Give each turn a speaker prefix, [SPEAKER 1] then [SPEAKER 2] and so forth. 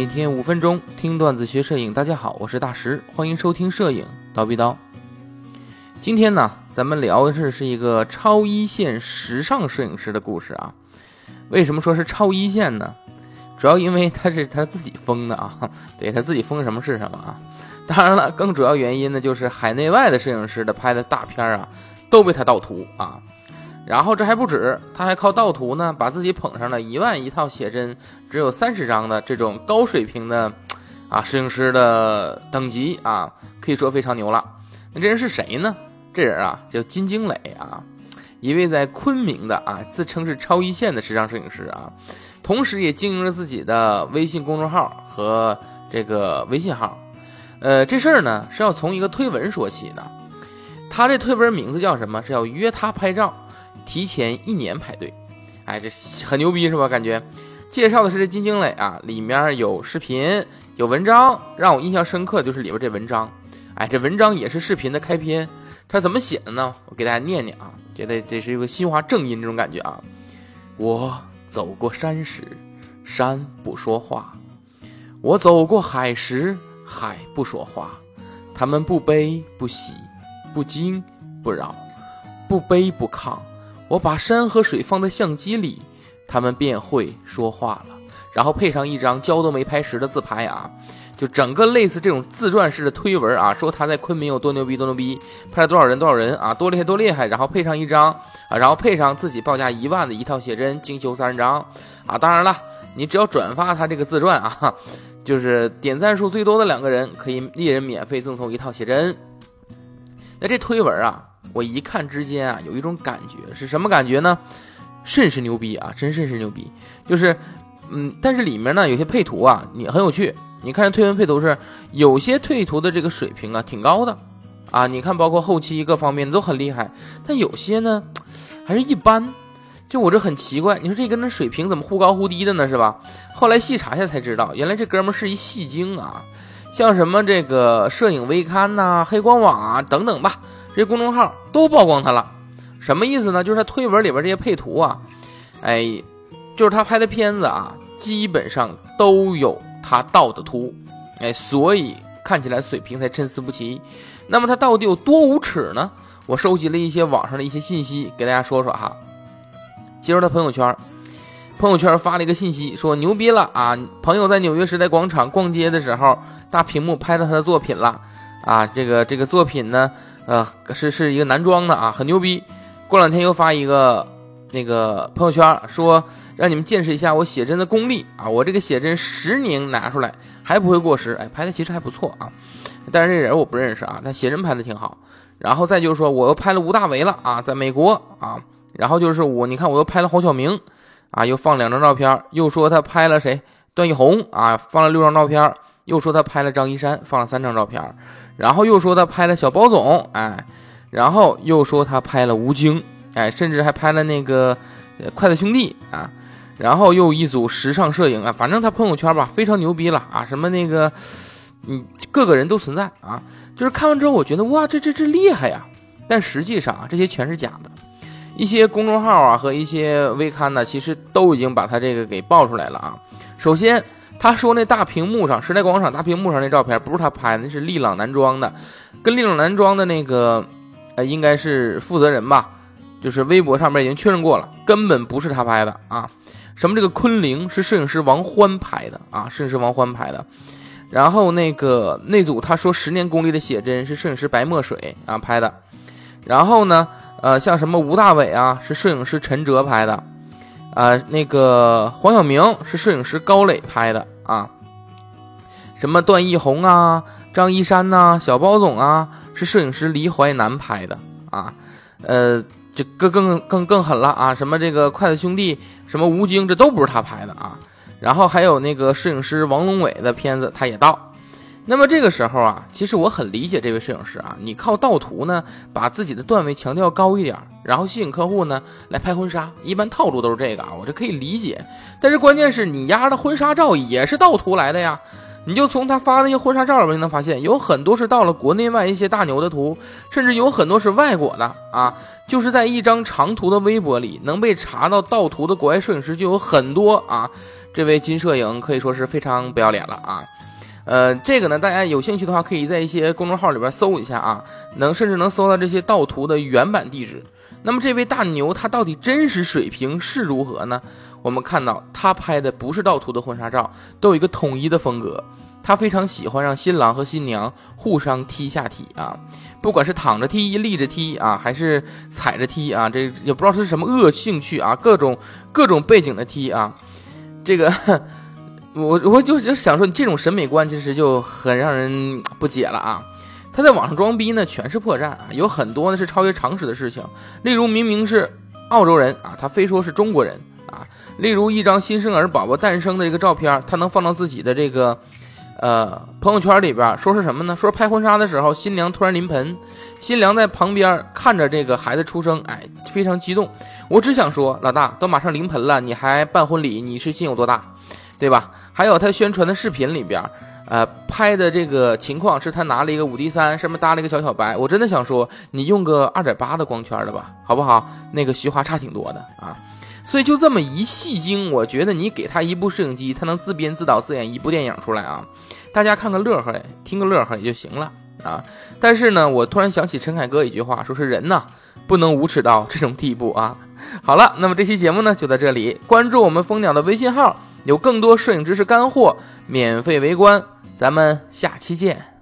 [SPEAKER 1] 每天5分钟听段子学摄影。大家好，我是大石，欢迎收听摄影叨逼叨。今天呢，咱们聊的是一个超一线时尚摄影师的故事啊。为什么说是超一线呢？主要因为他自己封的啊，对，他自己封什么是什么啊。当然了，更主要原因呢，就是海内外的摄影师的拍的大片啊，都被他盗图啊。然后这还不止，他还靠盗图呢，把自己捧上了1万一套写真，只有30张的这种高水平的摄影师的等级啊，可以说非常牛了。那这人是谁呢？这人啊叫金经磊啊，一位在昆明的自称是超一线的时尚摄影师啊，同时也经营着自己的微信公众号和这个微信号。这事儿呢是要从一个推文说起的。他这推文名字叫什么？是要约他拍照，提前1年排队。这很牛逼是吧？感觉介绍的是这金经磊啊，里面有视频有文章，让我印象深刻就是里边这文章。这文章也是视频的开篇，他怎么写的呢？我给大家念念啊，觉得这是一个新华正音这种感觉啊。我走过山时，山不说话；我走过海时，海不说话。他们不悲不喜，不惊不扰，不卑不亢。我把山和水放在相机里，他们便会说话了。然后配上一张胶都没拍实的自拍啊，就整个类似这种自传式的推文啊，说他在昆明有多牛逼多牛逼，拍了多少人啊，多厉害多厉害。然后配上一张然后配上自己报价1万的一套写真，精修30张啊。当然了，你只要转发他这个自传啊，就是点赞数最多的2个人可以一人免费赠送1套写真。那这推文啊，我一看之间啊，有一种感觉，是什么感觉呢？甚是牛逼啊，甚是牛逼。就是但是里面呢有些配图啊，你很有趣。你看推文配图是有些配图的这个水平啊挺高的啊，你看包括后期各方面都很厉害，但有些呢还是一般。就我这很奇怪，你说这跟那水平怎么忽高忽低的呢，是吧？后来细查一下才知道，原来这哥们是一戏精啊。像什么这个摄影微刊呐、黑光网啊等等吧，这些公众号都曝光他了。什么意思呢？就是他推文里边这些配图啊，就是他拍的片子啊，基本上都有他盗的图，所以看起来水平才参差不齐。那么他到底有多无耻呢？我收集了一些网上的一些信息，给大家说说哈。接着他朋友圈发了一个信息，说牛逼了啊！朋友在纽约时代广场逛街的时候，大屏幕拍到他的作品了啊！这个作品呢，是一个男装的啊，很牛逼。过2天又发一个那个朋友圈，说让你们见识一下我写真的功力啊！我这个写真10年拿出来还不会过时，拍的其实还不错啊。但是这人我不认识啊，但写真拍的挺好。然后再就是说，我又拍了吴大维了啊，在美国啊。然后就是你看我又拍了黄晓明啊，又放2张照片，又说他拍了谁段奕宏啊，放了6张照片，又说他拍了张一山，放了3张照片，然后又说他拍了小包总，然后又说他拍了吴京，甚至还拍了那个筷子兄弟啊，然后又一组时尚摄影啊，反正他朋友圈吧非常牛逼了啊，什么那个各个人都存在啊，就是看完之后我觉得哇，这厉害呀，但实际上这些全是假的。一些公众号啊和一些微刊呢，其实都已经把他这个给爆出来了啊。首先他说那大屏幕上时代广场大屏幕上那照片不是他拍的，那是丽朗男装的，跟丽朗男装的那个应该是负责人吧，就是微博上面已经确认过了，根本不是他拍的啊。什么这个昆凌是摄影师王欢拍的啊，摄影师王欢拍的。然后那组他说10年功力的写真是摄影师白墨水啊拍的。然后呢像什么吴大伟啊是摄影师陈哲拍的那个黄晓明是摄影师高磊拍的啊，什么段奕宏啊张一山啊小包总啊是摄影师黎淮南拍的啊，这更狠了啊，什么这个筷子兄弟什么吴京这都不是他拍的啊，然后还有那个摄影师王龙伟的片子他也盗。那么这个时候啊，其实我很理解这位摄影师啊，你靠盗图呢，把自己的段位强调高一点，然后吸引客户呢来拍婚纱，一般套路都是这个啊，我这可以理解。但是关键是你压的婚纱照也是盗图来的呀， 你就从他发的那些婚纱照里面能发现，有很多是到了国内外一些大牛的图，甚至有很多是外国的啊。就是在一张长图的微博里，能被查到盗图的国外摄影师就有很多啊。这位金摄影可以说是非常不要脸了啊。这个呢，大家有兴趣的话，可以在一些公众号里边搜一下啊，甚至能搜到这些盗图的原版地址。那么这位大牛他到底真实水平是如何呢？我们看到他拍的不是盗图的婚纱照，都有一个统一的风格。他非常喜欢让新郎和新娘互相踢下体啊，不管是躺着踢、立着踢啊，还是踩着踢啊，这也不知道是什么恶兴趣啊，各种背景的踢啊，这个我就想说，你这种审美观其实就很让人不解了啊。他在网上装逼呢，全是破绽啊，有很多呢是超越常识的事情，例如明明是澳洲人啊，他非说是中国人啊，例如一张新生儿宝宝诞生的这个照片，他能放到自己的这个朋友圈里边，说是什么呢？说拍婚纱的时候，新娘突然临盆，新娘在旁边看着这个孩子出生，非常激动。我只想说，老大都马上临盆了，你还办婚礼，你是心有多大，对吧？还有他宣传的视频里边，拍的这个情况是他拿了一个5D3，上面搭了一个小白。我真的想说，你用个2.8的光圈的吧，好不好？那个虚化差挺多的啊。所以就这么一戏精，我觉得你给他一部摄影机，他能自编自导自演一部电影出来啊，大家看个乐呵，听个乐呵也就行了啊。但是呢，我突然想起陈凯歌一句话，说是人呐，不能无耻到这种地步啊。好了，那么这期节目呢就到这里，关注我们蜂鸟的微信号，有更多摄影知识干货免费围观，咱们下期见。